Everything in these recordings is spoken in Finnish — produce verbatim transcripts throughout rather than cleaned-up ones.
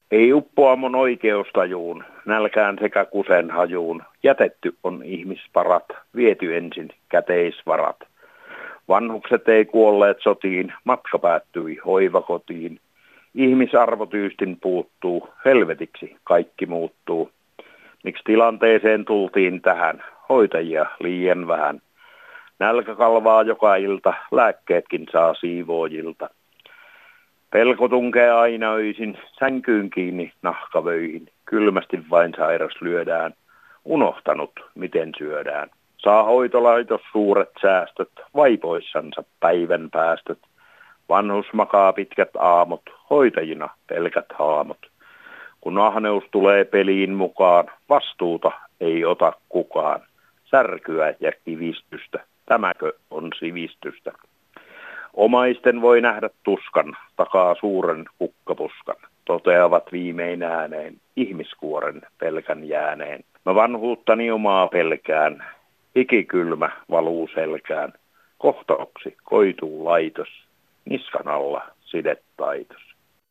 Ei uppoa mun oikeustajuun, nälkään sekä kusen hajuun. Jätetty on ihmisparat, viety ensin käteisvarat. Vanhukset ei kuolleet sotiin, matka päättyi hoivakotiin. Ihmisarvo tyystin puuttuu, helvetiksi kaikki muuttuu. Miksi tilanteeseen tultiin tähän, hoitajia liian vähän. Nälkä kalvaa joka ilta, lääkkeetkin saa siivoojilta. Pelko tunkee aina öisin, sänkyyn kiinni nahkavöihin. Kylmästi vain sairas lyödään, unohtanut miten syödään. Saa hoitolaitos suuret säästöt, vaipoissansa päivän päästöt. Vanhus makaa pitkät aamut, hoitajina pelkät haamut. Kun ahneus tulee peliin mukaan, vastuuta ei ota kukaan. Särkyä ja kivistystä, tämäkö on sivistystä? Omaisten voi nähdä tuskan, takaa suuren kukkapuskan. Toteavat viimein ääneen, ihmiskuoren pelkän jääneen. Mä vanhuuttani omaa pelkään, ikikylmä valuu selkään. Kohtaloksi koituu laitos, niskan alla sidetaitos.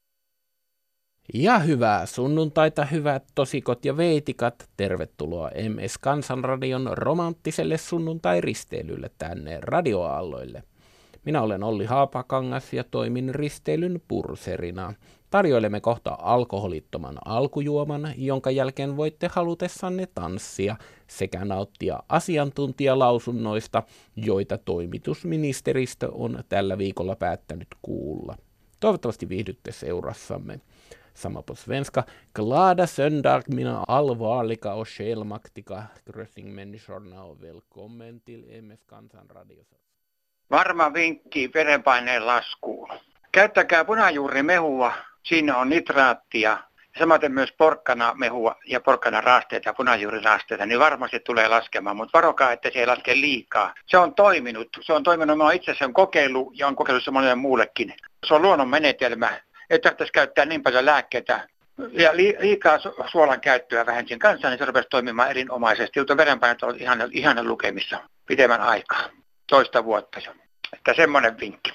Ja hyvää sunnuntaita, hyvät tosikot ja veitikat. Tervetuloa M S Kansanradion romanttiselle sunnuntai-risteilylle tänne radioaalloille. Minä olen Olli Haapakangas ja toimin risteilyn purserina. Tarjoilemme kohta alkoholittoman alkujuoman, jonka jälkeen voitte halutessanne tanssia sekä nauttia asiantuntijalausunnoista, joita toimitusministeristö on tällä viikolla päättänyt kuulla. Toivottavasti viihdytte seurassamme. Samma på svenska. Glada söndag mina allvarliga och själmaktiga grössingmänniskorna och välkommen till M S Kansanradio. Varma vinkki verenpaineen laskuun. Käyttäkää punajuurimehua, siinä on nitraattia, samaten myös porkkanamehua ja porkkanaraasteita ja punajuuriraasteita, niin varmasti tulee laskemaan, mutta varokaa, että se ei laske liikaa. Se on toiminut, se on toiminut, mä oon itse asiassa kokeilu ja on kokeillut se monelle muullekin. Se on luonnon menetelmä, ei tarvitsisi käyttää niin paljon lääkkeitä ja liikaa suolan käyttöä vähensin kanssa, niin se rupesi toimimaan erinomaisesti. Mutta verenpaineet on ihan, ihan lukemissa pidemmän aikaa, toista vuotta jo. Että semmoinen vinkki.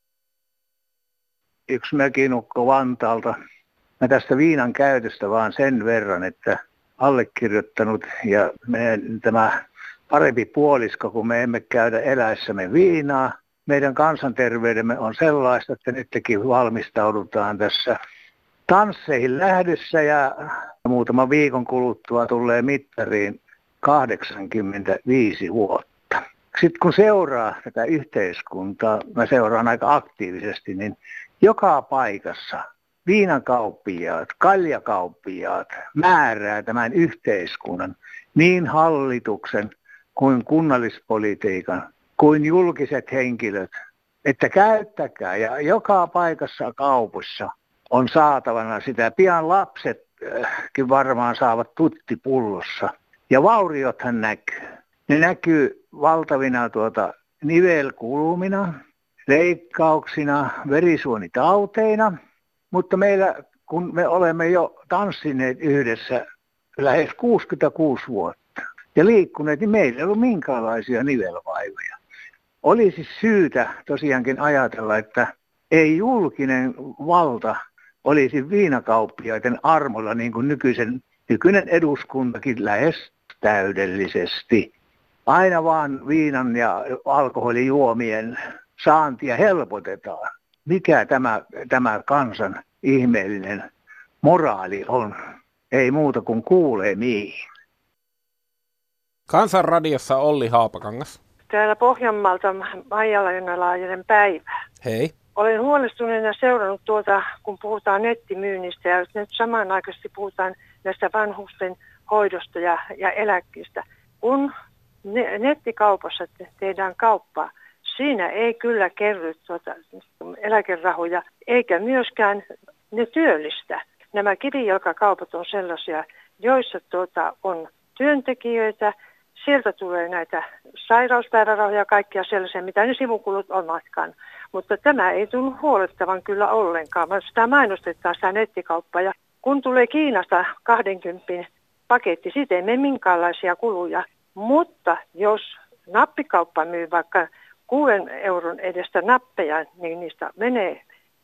Yksi mäkinukko Vantaalta. Mä tästä viinan käytöstä vaan sen verran, että allekirjoittanut ja meidän tämä parempi puolisko, kun me emme käydä eläessämme viinaa. Meidän kansanterveydemme on sellaista, että nytkin valmistaudutaan tässä tansseihin lähdössä ja muutaman viikon kuluttua tulee mittariin kahdeksankymmentäviisi vuotta. Sitten kun seuraa tätä yhteiskuntaa, mä seuraan aika aktiivisesti, niin joka paikassa viinakauppiaat, kaljakauppiaat määrää tämän yhteiskunnan, niin hallituksen kuin kunnallispolitiikan, kuin julkiset henkilöt, että käyttäkää. Ja joka paikassa kaupoissa on saatavana sitä. Pian lapsetkin varmaan saavat tuttipullossa. Ja vauriothan näkyy. Ne näkyy valtavina tuota nivelkulumina, leikkauksina, verisuonitauteina. Mutta meillä, kun me olemme jo tanssineet yhdessä lähes kuusikymmentäkuusi vuotta ja liikkuneet, niin meillä ei ollut minkäänlaisia nivelvaivoja. Olisi syytä tosiaankin ajatella, että ei julkinen valta olisi viinakauppiaiden armolla niin kuin nykyisen, nykyinen eduskuntakin lähes täydellisesti. Aina vaan viinan ja alkoholijuomien saantia helpotetaan. Mikä tämä, tämä kansan ihmeellinen moraali on? Ei muuta kuin kuulee mihin. Kansanradiossa Olli Haapakangas. Täällä Pohjanmaalta Maijala-Laajanen päivä. Hei. Olen huolestuneena seurannut tuota, kun puhutaan nettimyynnistä ja nyt samanaikaisesti puhutaan näistä vanhusten hoidosta ja, ja eläkkeistä. Kun ne, nettikaupassa tehdään kauppaa, siinä ei kyllä kerry tuota eläkerahoja eikä myöskään ne työllistä. Nämä kivijalkakaupat on sellaisia, joissa tuota on työntekijöitä. Sieltä tulee näitä sairauspäivärahoja ja kaikkia sellaisia, mitä ne sivukulut omatkaan. Mutta tämä ei tunnu huolettavan kyllä ollenkaan, vaan sitä mainostetaan sitä nettikauppaa. Ja kun tulee Kiinasta kaksikymmentä paketti, siitä ei mene minkäänlaisia kuluja. Mutta jos nappikauppa myy vaikka kuuden euron edestä nappeja, niin niistä menee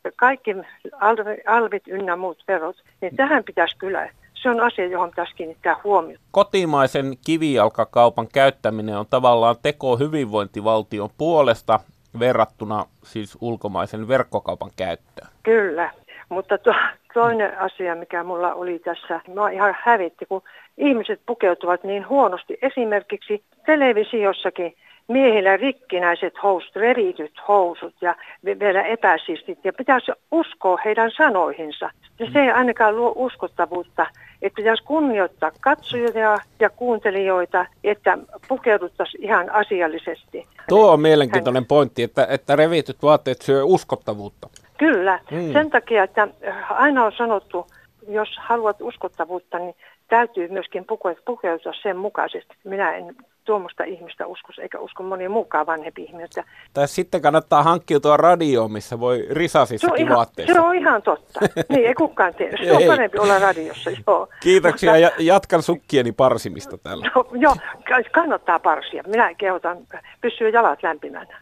kaikki alvit ynnä muut verot, niin tähän pitäisi kyllä, se on asia, johon pitäisi kiinnittää huomiota. Kotimaisen kivijalkakaupan käyttäminen on tavallaan teko hyvinvointivaltion puolesta verrattuna siis ulkomaisen verkkokaupan käyttöön. Kyllä, mutta to, toinen asia, mikä mulla oli tässä, mä ihan hävitti, kun ihmiset pukeutuvat niin huonosti. Esimerkiksi televisiossakin miehillä rikkinäiset housut, revityt housut ja vielä epäsiistit. Ja pitäisi uskoa heidän sanoihinsa. Ja se ei ainakaan luo uskottavuutta, että pitäisi kunnioittaa katsojia ja kuuntelijoita, että pukeuduttaisiin ihan asiallisesti. Tuo on mielenkiintoinen pointti, että, että revityt vaatteet syö uskottavuutta. Kyllä. Mm. Sen takia, että aina on sanottu, jos haluat uskottavuutta, niin täytyy myöskin pukeutua sen mukaisesti. Minä en tuommoista ihmistä usko, eikä usko moni muukaan vanhempi ihminen. Tai sitten kannattaa hankkiutua radioon, missä voi risasissakin vaatteissa. Se on ihan totta. Niin, ei kukaan tiedä. Se on parempi olla radiossa, joo. Kiitoksia Mutta, ja jatkan sukkieni parsimista täällä. No, joo, kannattaa parsia. Minä kehotan pysyä jalat lämpimänä.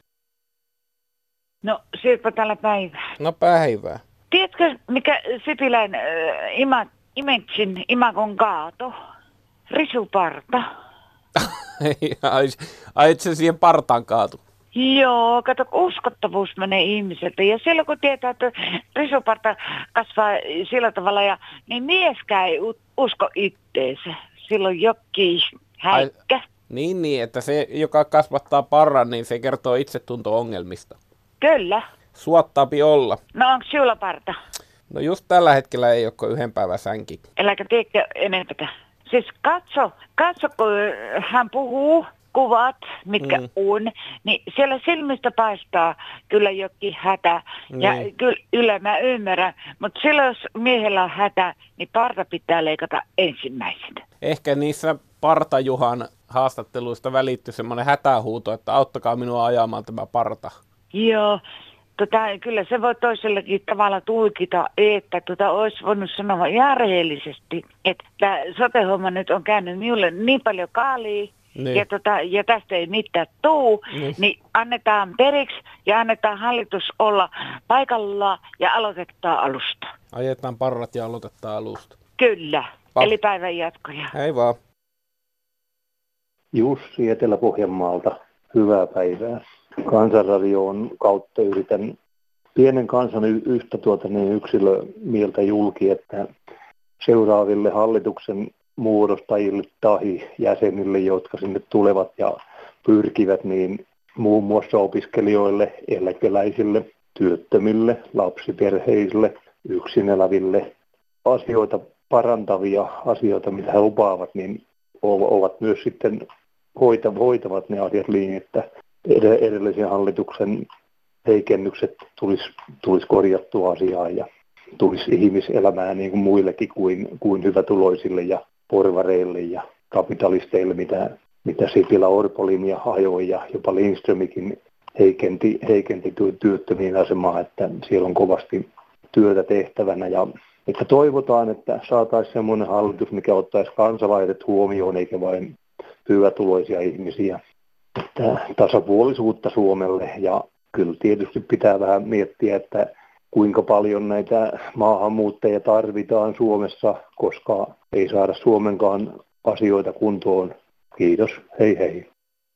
No, Sirpa täällä päivää. No päivää. Tiedätkö, mikä Sipilän äh, ima, imetsin imakon kaato? Risuparta. ai, ai et se siihen partaan kaatu? Joo, kato, uskottavuus menee ihmiseltä. Ja silloin kun tietää, että risuparta kasvaa sillä tavalla, ja, niin mieskään ei usko itteensä. Silloin jokin häikkä. Ai, niin, niin, että se, joka kasvattaa parran, niin se kertoo itsetunto-ongelmista. Kyllä. Suottaapi olla. No onko sinulla parta? No just tällä hetkellä ei ole kuin yhden päivän sänki. Eläkä tiedätkö enempää. Siis katso, katso kun hän puhuu, kuvat, mitkä mm. on, niin siellä silmistä paistaa kyllä jokin hätä. Niin. Ja kyllä mä ymmärrän, mutta silloin jos miehellä on hätä, niin parta pitää leikata ensimmäisenä. Ehkä niissä Parta-Juhan haastatteluista välittyi semmoinen hätähuuto, että auttakaa minua ajamaan tämä parta. Joo. Tota, kyllä se voi toisellakin tavalla tulkita, että tota, olisi voinut sanoa ihan rehellisesti, että tämä sote-homma nyt on käynyt minulle niin paljon kaalia, niin. ja, tota, ja tästä ei mitään tuu, niin. niin annetaan periksi ja annetaan hallitus olla paikalla ja aloitetaan alusta. Ajetaan parrat ja aloitetaan alusta. Kyllä, Pa- eli päivän jatkoja. Hei vaan. Jussi Etelä-Pohjanmaalta, hyvää päivää. Kansanradion kautta yritän pienen kansan yhtä tuota niin yksilömieltä julki, että seuraaville hallituksen muodostajille tai jäsenille, jotka sinne tulevat ja pyrkivät, niin muun muassa opiskelijoille, eläkeläisille, työttömille, lapsiperheille, yksin eläville asioita parantavia asioita, mitä he lupaavat, niin ovat myös sitten hoitavat ne asiat niin, että edellisen hallituksen heikennykset tulisi, tulisi korjattua asiaa ja tulisi ihmiselämää niin kuin muillekin kuin, kuin hyvätuloisille ja porvareille ja kapitalisteille, mitä, mitä Sipilä Orpo-linja ajoi ja jopa Lindströmikin heikenti, heikenti työttömien asemaa, että siellä on kovasti työtä tehtävänä ja että toivotaan, että saataisiin semmoinen hallitus, mikä ottaisi kansalaiset huomioon eikä vain hyvätuloisia ihmisiä. Että tasapuolisuutta Suomelle ja kyllä tietysti pitää vähän miettiä, että kuinka paljon näitä maahanmuuttajia tarvitaan Suomessa, koska ei saada Suomenkaan asioita kuntoon. Kiitos, hei hei.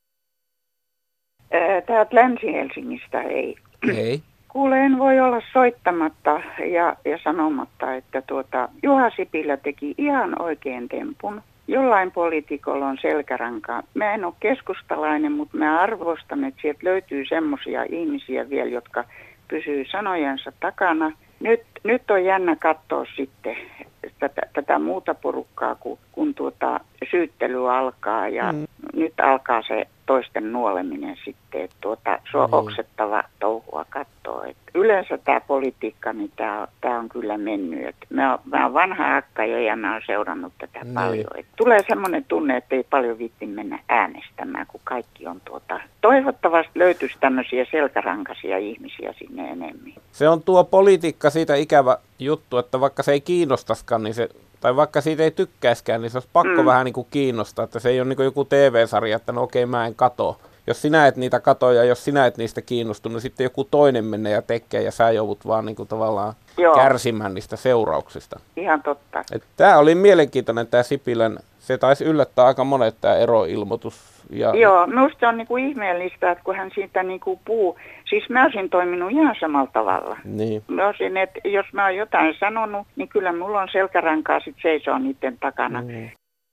Täältä Länsi-Helsingistä ei. Ei. Kuule, en voi olla soittamatta ja, ja sanomatta, että tuota, Juha Sipilä teki ihan oikein tempun. Jollain poliitikolla on selkärankaa. Mä en ole keskustalainen, mutta mä arvostan, että sieltä löytyy semmoisia ihmisiä vielä, jotka pysyy sanojensa takana. Nyt, nyt on jännä katsoa sitten tätä, tätä muuta porukkaa, kun, kun tuota syyttely alkaa ja mm. nyt alkaa se toisten nuoleminen sitten. Että tuota, se on mm. oksettava touhua katsoa. Et yleensä tämä politiikka, niin tämä, tämä on kyllä mennyt. Et mä, oon, mä oon vanha akka jo ja mä oon seurannut tätä mm. paljon. Et tulee semmoinen tunne, että ei paljon viitti mennä äänestämään, kun kaikki on tuota... Toivottavasti löytyisi tämmöisiä selkärankaisia ihmisiä sinne enemmän. Se on tuo politiikka siitä ikävä juttu, että vaikka se ei kiinnostaskaan, niin se, tai vaikka siitä ei tykkäiskään, niin se olisi pakko mm. vähän niin kuin kiinnostaa, että se ei ole niin kuin joku T V-sarja, että no okei, mä en kato. jos sinä et niitä katoja, jos sinä et niistä kiinnostunut, niin sitten joku toinen menee ja tekee ja sä joudut vaan niin kuin tavallaan Joo. kärsimään niistä seurauksista. Ihan totta. Tämä oli mielenkiintoinen tämä Sipilän, se taisi yllättää aika monet tämä eroilmoitus. Ja... Joo, minusta on niinku ihmeellistä, että kun hän siitä niinku puhuu, siis mä olisin toiminut ihan samalla tavalla. Niin. Mä olisin, että jos mä oon jotain sanonut, niin kyllä mulla on selkärankaa sit seisoo niiden takana. Mm.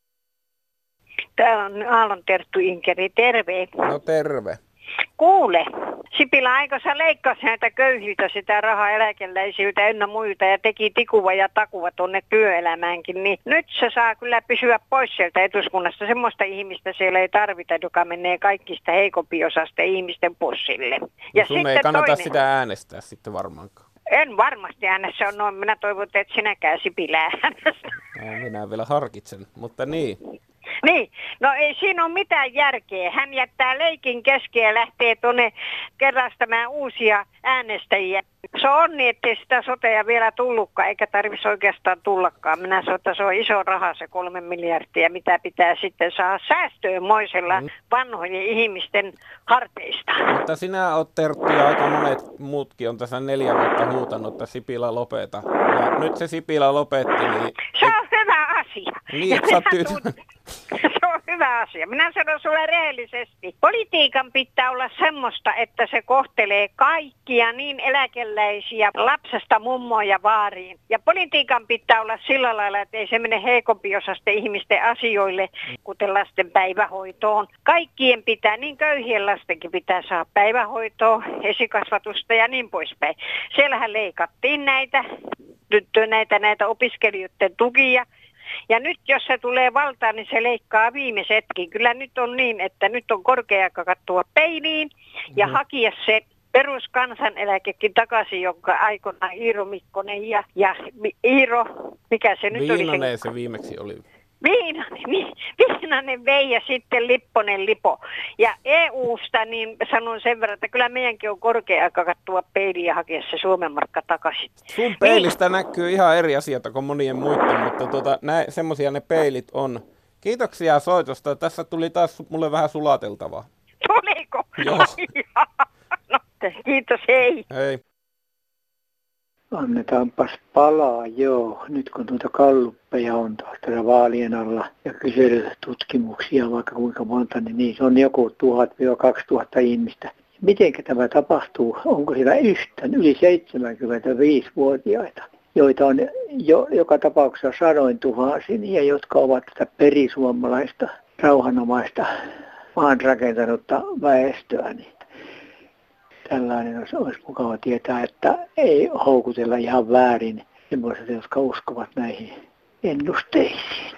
Täällä on Aallon Terttu Inkeri, terve. No terve. Kuule, Sipilä aikoinsa leikkasi näitä köyhiltä sitä rahaa eläkeläisiltä ynnä muilta ja teki tikuva ja takuva tuonne työelämäänkin, niin nyt se saa kyllä pysyä pois sieltä eduskunnasta. Semmoista ihmistä siellä ei tarvita, joka menee kaikista heikompiosasta ihmisten pussille. Ja no sun ei kannata toinen... sitä äänestää sitten varmaankaan. En varmasti äänestä on noin. Minä toivon, että sinäkään Sipilää äänestä. No, minä vielä harkitsen, mutta niin. Niin, no ei siinä ole mitään järkeä. Hän jättää leikin kesken ja lähtee tuonne kerrastamaan uusia äänestäjiä. Se on niin, ettei sitä sotea vielä tullutkaan, eikä tarvitsisi oikeastaan tullakaan. Minä sanon, että se on iso raha se kolme miljardia, mitä pitää sitten saada säästöön moisella mm. vanhojen ihmisten harteista. Mutta sinä olet Terttu ja aika monet muutkin on tässä neljä vuotta huutanut, että Sipilä lopeta. Ja nyt se Sipilä lopetti, niin... Se on hyvä asia. Niin, sä oot Se on hyvä asia. Minä sanon sulle rehellisesti. Politiikan pitää olla semmoista, että se kohtelee kaikkia niin eläkeläisiä lapsesta mummoon ja vaariin. Ja politiikan pitää olla sillä lailla, että ei se mene heikompiosaisten ihmisten asioille, kuten lasten päivähoitoon. Kaikkien pitää, niin köyhien lastenkin pitää saada päivähoitoa, esikasvatusta ja niin poispäin. Siellähän leikattiin näitä, näitä, näitä opiskelijoiden tukia. Ja nyt jos se tulee valtaan, niin se leikkaa viimeisetkin. Kyllä nyt on niin, että nyt on korkea aika katsoa peiliin ja mm-hmm. hakia se peruskansaneläkekin takaisin, jonka aikoinaan Iiro Mikkonen ja, ja Iiro, mikä se nyt oli? Viinanen se viimeksi oli. Viinanen, niin, Viinanen vei ja sitten Lipponen lipo. Ja E U:sta niin sanon sen verran, että kyllä meidänkin on korkea aika katsoa peiliin ja hakea se Suomen markka takaisin. Sun peilistä niin näkyy ihan eri asioita kuin monien muiden, mutta tuota, semmoisia ne peilit on. Kiitoksia soitosta. Tässä tuli taas mulle vähän sulateltavaa. Tuliko? Joo. No, kiitos, hei. Hei. Annetaanpas palaa, joo. Nyt kun tuota kalluppeja on taas tässä vaalien alla ja kyselytutkimuksia vaikka kuinka monta, niin niissä on joku tuhat-kaksituhatta ihmistä. Mitenkä tämä tapahtuu? Onko siellä yhtään yli seitsemänkymmentäviisivuotiaita, joita on jo, joka tapauksessa sadoin tuhansin ja jotka ovat tätä perisuomalaista, rauhanomaista, maan rakentanutta väestöä. Niin tällainen olisi, olisi mukava tietää, että ei houkutella ihan väärin sellaiset, jotka uskovat näihin ennusteisiin.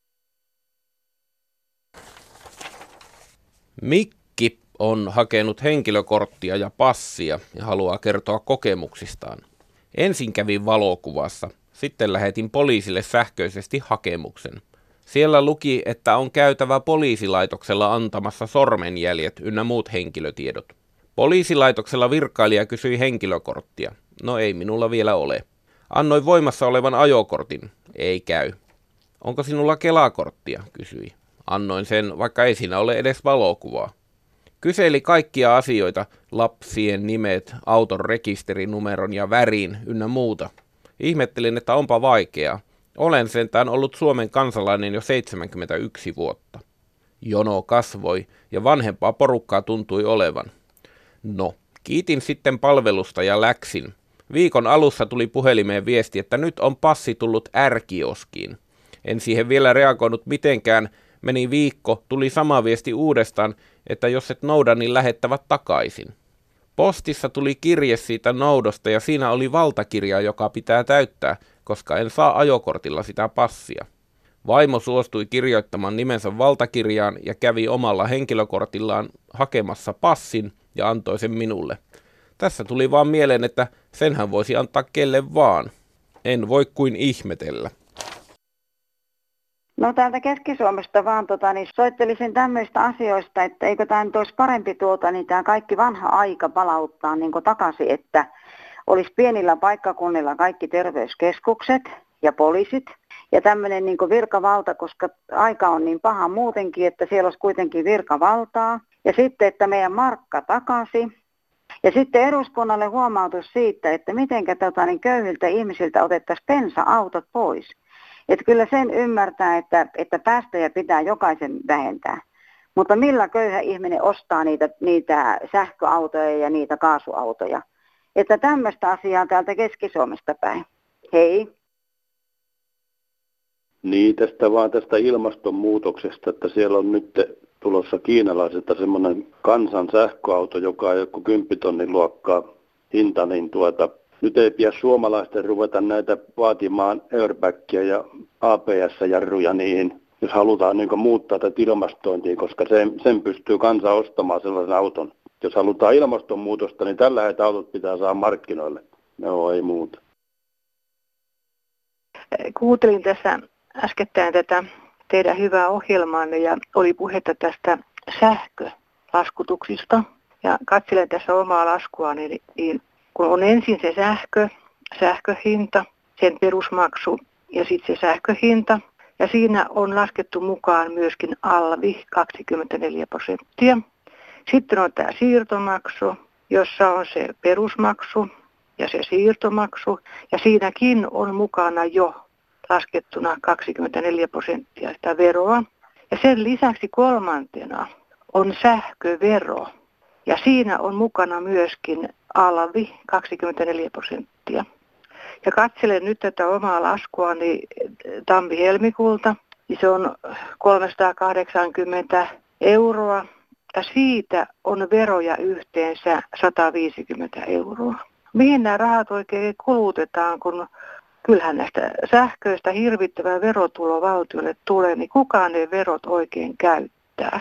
Mikki on hakenut henkilökorttia ja passia ja haluaa kertoa kokemuksistaan. Ensin kävin valokuvassa, sitten lähetin poliisille sähköisesti hakemuksen. Siellä luki, että on käytävä poliisilaitoksella antamassa sormenjäljet ynnä muut henkilötiedot. Poliisilaitoksella virkailija kysyi henkilökorttia. No ei minulla vielä ole. Annoin voimassa olevan ajokortin. Ei käy. Onko sinulla Kela-korttia? Kysyi. Annoin sen, vaikka ei siinä ole edes valokuvaa. Kyseli kaikkia asioita, lapsien nimet, auton rekisterinumeron ja värin ynnä muuta. Ihmettelin, että onpa vaikeaa. Olen sentään ollut Suomen kansalainen jo seitsemänkymmentäyksi vuotta. Jono kasvoi ja vanhempaa porukkaa tuntui olevan. No, kiitin sitten palvelusta ja läksin. Viikon alussa tuli puhelimeen viesti, että nyt on passi tullut R-kioskiin. En siihen vielä reagoinut mitenkään. Meni viikko, tuli sama viesti uudestaan, että jos et nouda, niin lähettävät takaisin. Postissa tuli kirje siitä noudosta ja siinä oli valtakirja, joka pitää täyttää, koska en saa ajokortilla sitä passia. Vaimo suostui kirjoittamaan nimensä valtakirjaan ja kävi omalla henkilökortillaan hakemassa passin ja antoi sen minulle. Tässä tuli vaan mieleen, että senhän voisi antaa kelle vaan. En voi kuin ihmetellä. No täältä Keski-Suomesta vaan tota, niin soittelisin tämmöistä asioista, että eikö tämä nyt olisi parempi tuota, niin tämä kaikki vanha aika palauttaa niin kuin takaisin, että olisi pienillä paikkakunnilla kaikki terveyskeskukset ja poliisit ja tämmöinen niin kuin virkavalta, koska aika on niin paha muutenkin, että siellä olisi kuitenkin virkavaltaa Ja sitten, että meidän markka takaisin. Ja sitten eduskunnalle huomautus siitä, että miten tota, niin köyhiltä ihmisiltä otettaisiin bensa-autot pois. Että kyllä sen ymmärtää, että, että päästöjä pitää jokaisen vähentää. Mutta millä köyhä ihminen ostaa niitä, niitä sähköautoja ja niitä kaasuautoja? Että tämmöistä asiaa täältä Keski-Suomesta päin. Hei. Niin, tästä vaan tästä ilmastonmuutoksesta, että siellä on nyt tulossa kiinalaiselta semmoinen kansan sähköauto, joka on joku kymppitonnin luokkaa hinta, niin tuota, nyt ei pidä suomalaisten ruveta näitä vaatimaan airbagia ja A B S-jarruja niihin, jos halutaan niin muuttaa tätä ilmastointia, koska sen, sen pystyy kansa ostamaan sellaisen auton. Jos halutaan ilmastonmuutosta, niin tällä hetkellä autot pitää saada markkinoille. No ei muuta. Kuuntelin tässä äskettäin tätä teidän hyvää ohjelmaanne ja oli puhetta tästä sähkölaskutuksista. Ja katselen tässä omaa laskua, niin, niin kun on ensin se sähkö, sähköhinta, sen perusmaksu ja sitten se sähköhinta. Ja siinä on laskettu mukaan myöskin alvi kaksikymmentäneljä prosenttia. Sitten on tämä siirtomaksu, jossa on se perusmaksu ja se siirtomaksu. Ja siinäkin on mukana jo laskettuna kaksikymmentäneljä prosenttia sitä veroa. Ja sen lisäksi kolmantena on sähkövero. Ja siinä on mukana myöskin alvi kaksikymmentäneljä prosenttia. Ja katselen nyt tätä omaa laskuani tammi-helmikuulta, niin se on kolmesataakahdeksankymmentä euroa. Ja siitä on veroja yhteensä sata viisikymmentä euroa. Mihin nämä rahat oikein kulutetaan, kun kyllähän näistä sähköistä hirvittävää verotulo valtiolle tulee, niin kuka ne verot oikein käyttää?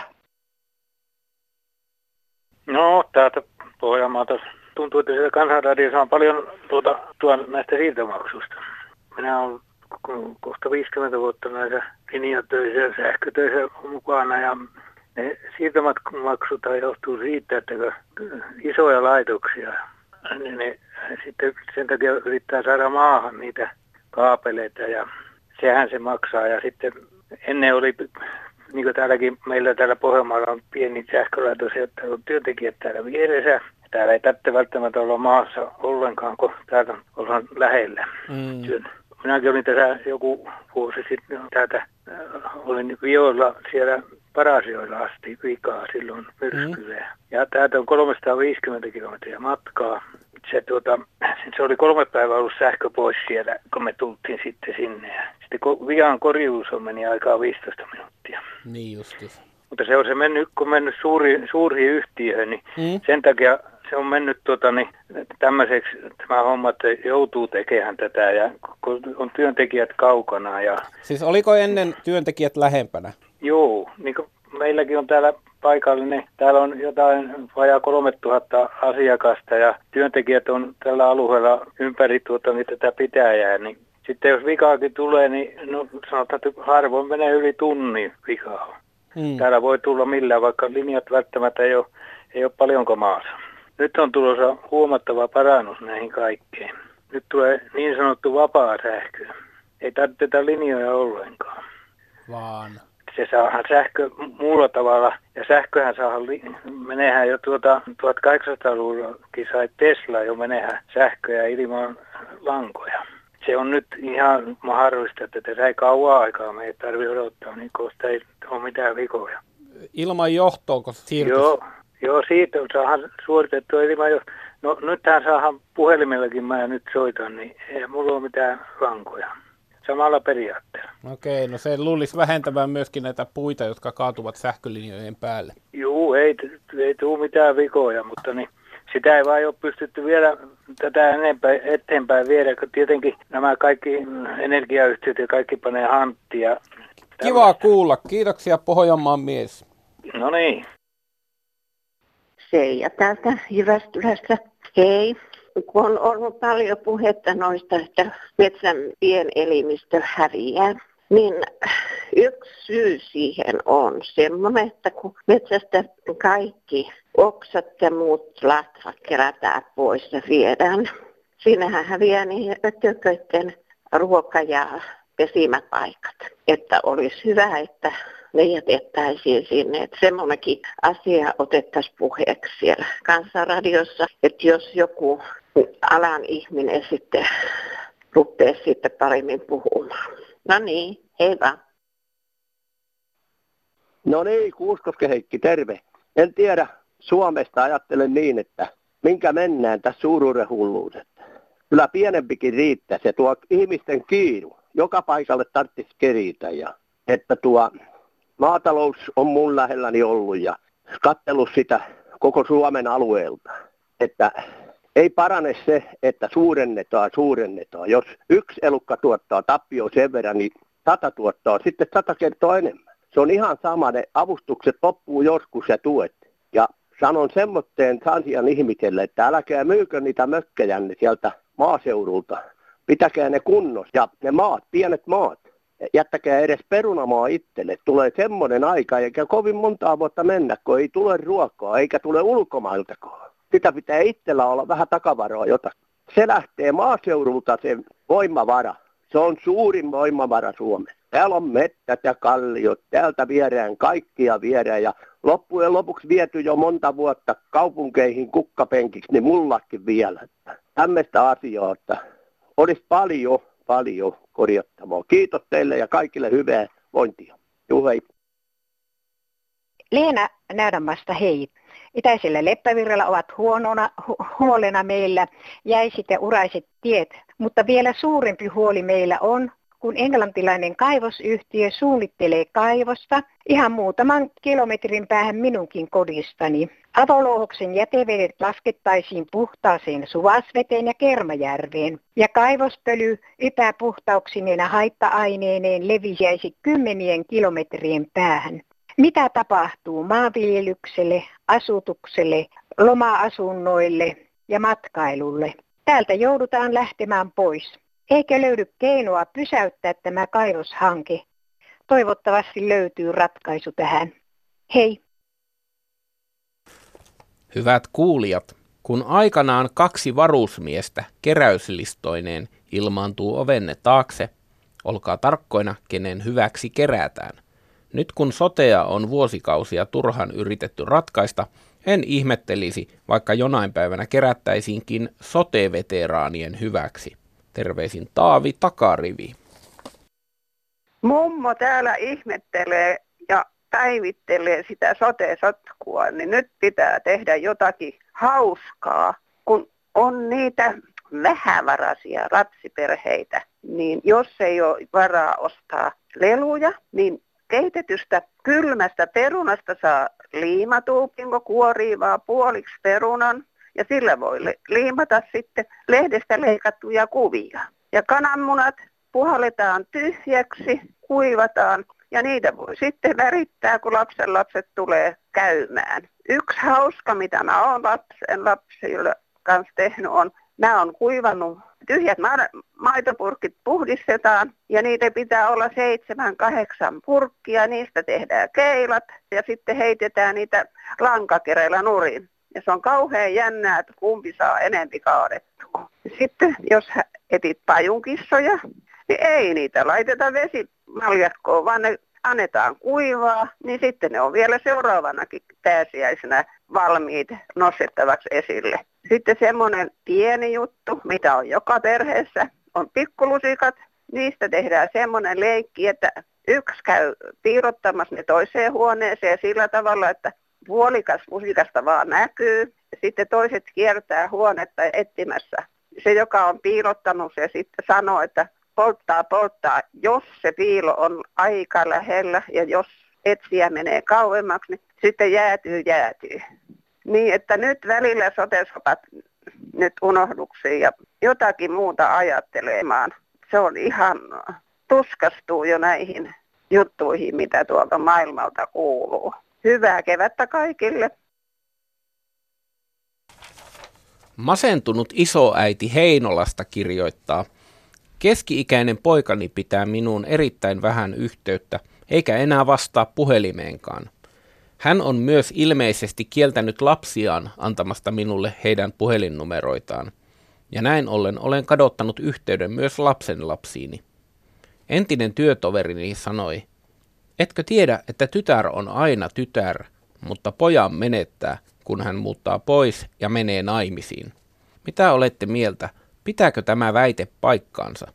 No, täältä Pohjanmaalta tuntuu, että siellä Kansanradiossa on paljon tuota, tuon näistä siirtomaksusta. Minä olen kohta viisikymmentä vuotta näissä linjatöissä ja sähkötöissä mukana ja ne siirtomaksut johtuu siitä, että isoja laitoksia, niin ne sitten sen takia yrittää saada maahan niitä kaapeleita ja sehän se maksaa. Ja sitten ennen oli, niin kuin täälläkin meillä täällä Pohjanmaalla on pieni sähkölaitos, että on työntekijät täällä vieressä. Täällä ei tarvitse välttämättä olla maassa ollenkaan, kun täältä ollaan lähellä. Mm. Minäkin olin tässä joku vuosi sitten, täältä äh, olin Vioilla siellä Parasioilla asti vikaa silloin myrskyllä. Mm. Ja täältä on kolmesataaviisikymmentä kilometriä matkaa. Se, tuota, se oli kolme päivää ollut sähkö pois siellä, kun me tultiin sitten sinne. Ja sitten Vian korjuus on meni aikaa viisitoista minuuttia. Niin justiin. Mutta se on se mennyt, kun mennyt suuri, suuriin yhtiöihin, niin mm. sen takia se on mennyt tuota, niin, tämmöiseksi tämä homma, että joutuu tekemään tätä ja kun on työntekijät kaukana. Ja siis oliko ennen työntekijät lähempänä? Joo, niin kuin meilläkin on täällä paikallinen, täällä on jotain vajaa kolmetuhatta asiakasta ja työntekijät on tällä alueella ympäri tuota, niin tätä pitäjää, niin sitten jos vikaakin tulee, niin no, sanotaan, että harvoin menee yli tunnin vikaa. Hmm. Täällä voi tulla millään, vaikka linjat välttämättä ei ole, ei ole paljonko maassa. Nyt on tulossa huomattava parannus näihin kaikkeen. Nyt tulee niin sanottu vapaa sähkö. Ei tarvitse linjoja ollenkaan. Vaan se saadaan sähkö muulla tavalla. Ja sähköhän saadaan, menehän jo tuota tuhatkahdeksansataaluvullakin sai Tesla jo menehän sähköä ilman lankoja. Se on nyt ihan mahdollista, että tässä ei kauan aikaa me ei tarvitse odottaa, niin koska ei ole mitään vikoja. Ilman johtoonko siirtys? Joo, joo, siitä saadaan suoritettua ilman johtoa. No nythän saadaan puhelimellakin, mä nyt soitan, niin ei mulla ole mitään lankoja. Samalla periaatteella. Okei, no se luulisi vähentämään myöskin näitä puita, jotka kaatuvat sähkölinjojen päälle. Joo, ei, ei tule mitään vikoja, mutta niin, sitä ei vaan ole pystytty vielä tätä enempää, eteenpäin viedä, kun tietenkin nämä kaikki energiayhtiöt ja kaikki panee hanttia. Kiva kuulla. Kiitoksia Pohjanmaan mies. No niin. Seija täältä Jyväskylästä. Hei. Kun on ollut paljon puhetta noista, että metsän pienelimistö häviää, niin yksi syy siihen on semmoinen, että kun metsästä kaikki oksat ja muut latvat kerätään pois ja viedään, siinähän häviää niiden ötököiden ruoka ja pesimäpaikat. Että olisi hyvä, että ne jätettäisiin sinne. Että semmoinenkin asia otettaisiin puheeksi siellä Kansanradiossa, että jos joku alan ihminen sitten rupeaa sitten paremmin puhumaan. No niin, hei vaan. No niin, Kuuskosken Heikki, terve. En tiedä, Suomesta ajattelen niin, että minkä mennään tässä suuruuden hulluudesta. Kyllä pienempikin riittää, se tuo ihmisten kiiru. Joka paikalle tarvitsisi keritä ja että tuo maatalous on mun lähelläni ollut ja katsellut sitä koko Suomen alueelta. Että ei parane se, että suurennetaan, suurennetaan. Jos yksi elukka tuottaa tappio sen verran, niin sata tuottaa sitten sata kertaa enemmän. Se on ihan sama, ne avustukset loppuu joskus ja tuet. Ja sanon semmoitteen asian ihmiselle, että älkää myykö niitä mökkejänne sieltä maaseudulta. Pitäkää ne kunnossa ja ne maat, pienet maat. Jättäkää edes perunamaa itselle. Tulee semmoinen aika, eikä kovin montaa vuotta mennä, kun ei tule ruokaa, eikä tule ulkomailtakaan. Sitä pitää itsellä olla vähän takavaraa jotakin. Se lähtee maaseudulta se voimavara. Se on suurin voimavara Suomessa. Täällä on mettät ja kalliot, täältä viedään kaikkia viedään ja loppujen lopuksi viety jo monta vuotta kaupunkeihin kukkapenkiksi, niin mullakin vielä. Tämmöistä asiaa, että olisi paljon, paljon korjattavaa. Kiitos teille ja kaikille hyvää vointia. Juu, hei. Leena Näädämästä, hei. Itäisellä Leppävirralla ovat huonona, hu- huolena meillä jäisit ja uraiset tiet, mutta vielä suurempi huoli meillä on, kun englantilainen kaivosyhtiö suunnittelee kaivosta ihan muutaman kilometrin päähän minunkin kodistani. Avolouhoksen jätevedet laskettaisiin puhtaaseen Suvasveteen ja Kermajärveen, ja kaivospöly epäpuhtauksineen haitta-aineineen leviäisi kymmenien kilometrien päähän. Mitä tapahtuu maanviljelykselle, asutukselle, loma-asunnoille ja matkailulle? Täältä joudutaan lähtemään pois. Eikö löydy keinoa pysäyttää tämä kaivoshanke? Toivottavasti löytyy ratkaisu tähän. Hei! Hyvät kuulijat, kun aikanaan kaksi varusmiestä keräyslistoineen ilmaantuu ovenne taakse, olkaa tarkkoina, kenen hyväksi kerätään. Nyt kun sotea on vuosikausia turhan yritetty ratkaista, en ihmettelisi, vaikka jonain päivänä kerättäisiinkin sote-veteraanien hyväksi. Terveisin Taavi Takarivi. Mummo täällä ihmettelee ja päivittelee sitä sote-sotkua, niin nyt pitää tehdä jotakin hauskaa, kun on niitä vähävaraisia lapsiperheitä, niin jos ei ole varaa ostaa leluja, niin keitetystä kylmästä perunasta saa liimatuupin, kun kuorii vaan puoliksi perunan ja sillä voi liimata sitten lehdestä leikattuja kuvia. Ja kananmunat puhalletaan tyhjäksi, kuivataan ja niitä voi sitten värittää, kun lapsen lapset tulee käymään. Yksi hauska, mitä mä oon lapsen lapsille kanssa tehnyt on, mä oon kuivannut tyhjät ma- maitopurkit puhdistetaan ja niitä pitää olla seitsemän, kahdeksan purkkia, niistä tehdään keilat ja sitten heitetään niitä lankakereillä nurin. Ja se on kauhean jännää, että kumpi saa enempi kaadettua. Sitten jos etit pajunkissoja, niin ei niitä laiteta vesimaljakkoon, vaan ne annetaan kuivaa, niin sitten ne on vielä seuraavanakin pääsiäisenä valmiit nostettavaksi esille. Sitten semmoinen pieni juttu, mitä on joka perheessä, on pikkulusikat. Niistä tehdään semmoinen leikki, että yksi käy piirottamassa ne toiseen huoneeseen sillä tavalla, että puolikas lusikasta vaan näkyy. Sitten toiset kiertää huonetta etsimässä. Se, joka on piilottanut, se sitten sanoo, että polttaa, polttaa, jos se piilo on aika lähellä ja jos etsiä menee kauemmaksi, niin sitten jäätyy, jäätyy. Niin, että nyt välillä sote-sopat nyt unohduksiin ja jotakin muuta ajattelemaan. Se on ihan, tuskastuu jo näihin juttuihin, mitä tuolta maailmalta kuuluu. Hyvää kevättä kaikille. Masentunut isoäiti Heinolasta kirjoittaa: keski-ikäinen poikani pitää minuun erittäin vähän yhteyttä, eikä enää vastaa puhelimeenkaan. Hän on myös ilmeisesti kieltänyt lapsiaan antamasta minulle heidän puhelinnumeroitaan, ja näin ollen olen kadottanut yhteyden myös lapsen lapsiini. Entinen työtoverini sanoi, etkö tiedä, että tytär on aina tytär, mutta pojan menettää, kun hän muuttaa pois ja menee naimisiin. Mitä olette mieltä? Pitääkö tämä väite paikkaansa?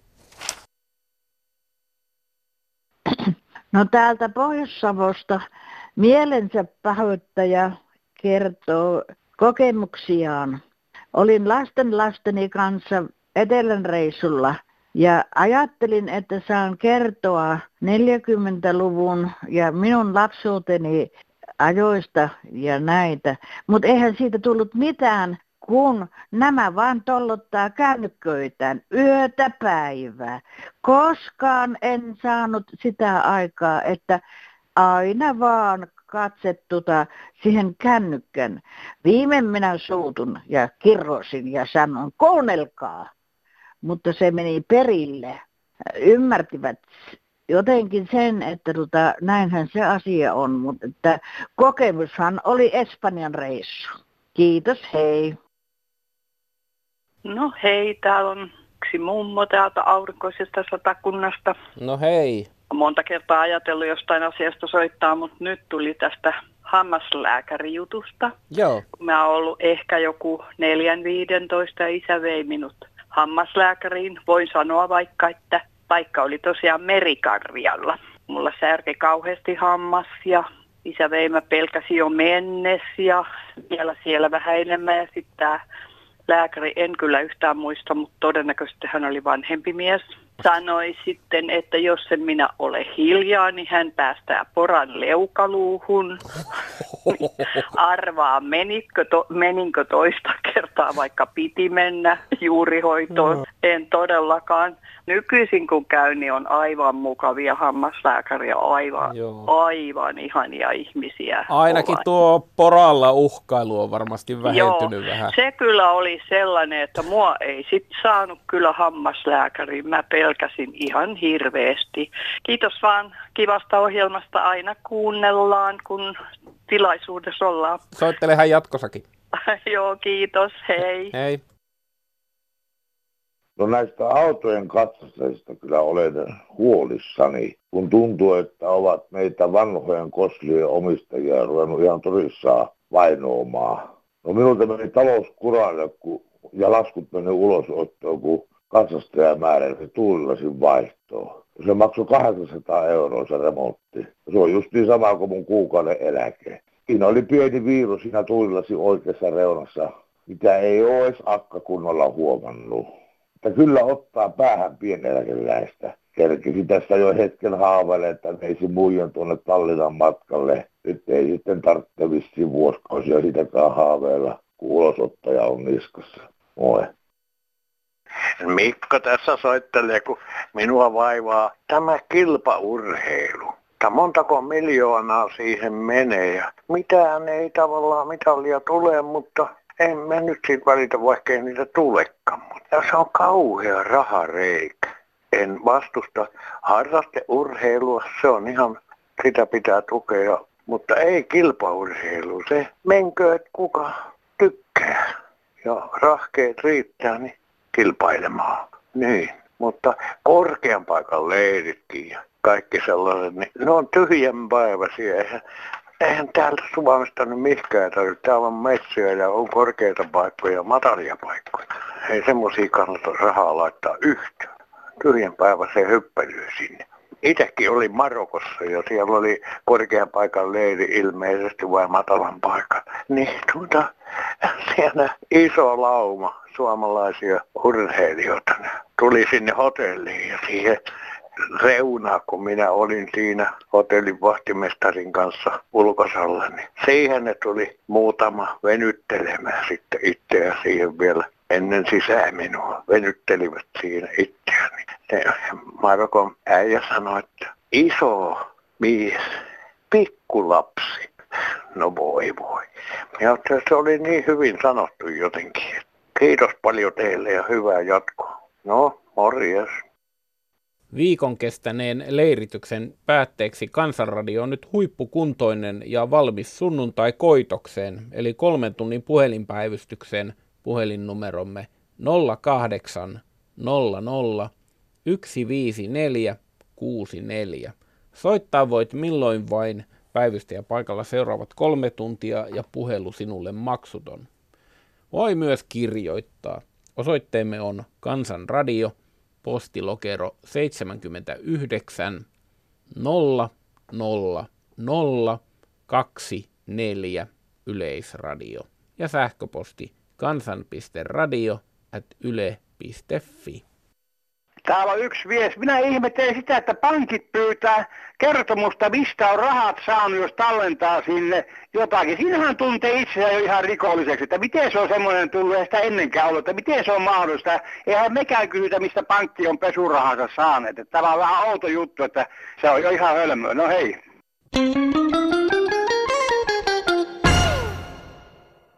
No täältä Pohjois-Savosta mielensä pahoittaja kertoo kokemuksiaan. Olin lasten lasteni kanssa etelän reissulla ja ajattelin, että saan kertoa neljäkymmentäluvun ja minun lapsuuteni ajoista ja näitä. Mutta eihän siitä tullut mitään, kun nämä vaan tollottaa kännykköitään yötä päivää. Koskaan en saanut sitä aikaa, että aina vaan katsettuta siihen kännykkän. Viime minä suutun ja kirrosin ja sanon, kuunnelkaa. Mutta se meni perille. Ymmärtivät jotenkin sen, että tota, näinhän se asia on, mutta että kokemushan oli Espanjan reissu. Kiitos, hei. No hei, täällä on yksi mummo täältä aurinkoisesta Satakunnasta. No hei. Monta kertaa ajatellut jostain asiasta soittaa, mutta nyt tuli tästä hammaslääkärijutusta. Joo. Mä oon ollut ehkä joku neljän viidentoista ja isä vei minut hammaslääkäriin. Voin sanoa vaikka, että paikka oli tosiaan Merikarvialla. Mulla särki kauheasti hammas ja isä vei, mä pelkäsin jo mennessä ja vielä siellä vähän enemmän. Ja sitten tämä lääkäri, en kyllä yhtään muista, mutta todennäköisesti hän oli vanhempi mies. Sanoi sitten, että jos en minä ole hiljaa, niin hän päästää poran leukaluuhun. Arvaa, menitkö to, meninkö toista kertaa, vaikka piti mennä juurihoitoon. En todellakaan. Nykyisin kun käy, niin on aivan mukavia hammaslääkäriä, aivan, aivan ihania ihmisiä. Ainakin ovat. Tuo poralla uhkailu on varmasti vähentynyt Joo, vähän. Se kyllä oli sellainen, että mua ei sit saanut kyllä hammaslääkäriin. Mä pelkäsin ihan hirveästi. Kiitos vaan kivasta ohjelmasta. Aina kuunnellaan, kun tilaisuudessa ollaan. Soittelehan jatkossakin. Joo, kiitos. Hei. Hei. No näistä autojen katsastajista kyllä olen huolissani, kun tuntuu, että ovat meitä vanhojen koslien omistajia ruvennut ihan tosissaan vainoamaan. No minulta meni talous kuralle ja laskut meni ulosottoon, kun katsastaja määräsi tuulilasin vaihtoon. Se maksoi kahdeksansataa euroa se remontti. Se on just niin sama kuin mun kuukauden eläke. Siinä oli pieni viiru siinä tuulilasin oikeassa reunassa, mitä ei ole edes akka kunnolla huomannut. Että kyllä ottaa päähän pieneläkeläistä. Kerkisi tästä jo hetken haaveille, että veisi muijan tuonne Tallinnan matkalle. Nyt ei sitten tarvitse vissiin vuosikausia sitäkään haaveilla, kun ulosottaja on niskassa. Moi. Mikko tässä soittelee, kun minua vaivaa tämä kilpaurheilu. Tämä montako miljoonaa siihen menee ja mitään ei tavallaan mitalia tule, mutta en mä nyt siitä välitä, vaikka ei niitä tulekaan. Ja se on kauhea rahareikä. En vastusta harrasteurheilua, se on ihan, sitä pitää tukea, mutta ei kilpaurheilu. Se menkö, että kuka tykkää ja rahkeet riittää, niin kilpailemaan. Niin, mutta korkean paikan leiritkin ja kaikki sellaiset, niin ne on tyhjän päiväisiä. Eihän, eihän täältä Suomesta nyt mihinkään tarvitse. Täällä on metsiä ja on korkeita paikkoja ja matalia paikkoja. Ei semmoisia kannata rahaa laittaa yhtään. Tyhjän päiväiseen hyppelyyn sinne. Itsekin oli Marokossa ja siellä oli korkean paikan leiri ilmeisesti vai matalan paikan. Niin tuota, siellä iso lauma suomalaisia urheilijoita tuli sinne hotelliin ja siihen reunaan, kun minä olin siinä hotellin vahtimestarin kanssa ulkosalla, niin siihen ne tuli muutama venyttelemään sitten itseä siihen vielä ennen sisään minua. Venyttelivät siinä itseäni. Ne Marokon äijä sanoi, että iso mies, pikkulapsi. No voi voi. Ja se oli niin hyvin sanottu jotenkin. Kiitos paljon teille ja hyvää jatkoa. No, morjes. Viikon kestäneen leirityksen päätteeksi Kansanradio on nyt huippukuntoinen ja valmis sunnuntai-koitokseen, eli kolmen tunnin puhelinpäivystykseen puhelinnumeromme nolla kahdeksan nolla nolla yksi viisi neljä kuusi neljä. Soittaa voit milloin vain, päivystäjä paikalla seuraavat kolme tuntia ja puhelu sinulle maksuton. Voi myös kirjoittaa. Osoitteemme on Kansanradio, postilokero seitsemänkymmentäyhdeksän nolla nolla nolla kaksi neljä Yleisradio ja sähköposti kansan piste radio ät yle piste fi. Täällä on yksi viesti. Minä ihmettelen sitä, että pankit pyytää kertomusta, mistä on rahat saanut, jos tallentaa sinne jotakin. Siinähän tuntee itseään jo ihan rikolliseksi, että miten se on semmoinen tullut, ei sitä ennenkään ollut, että miten se on mahdollista. Eihän mekään kysytä, mistä pankki on pesurahansa saaneet. Että tämä on vähän outo juttu, että se on jo ihan hölmöä. No hei.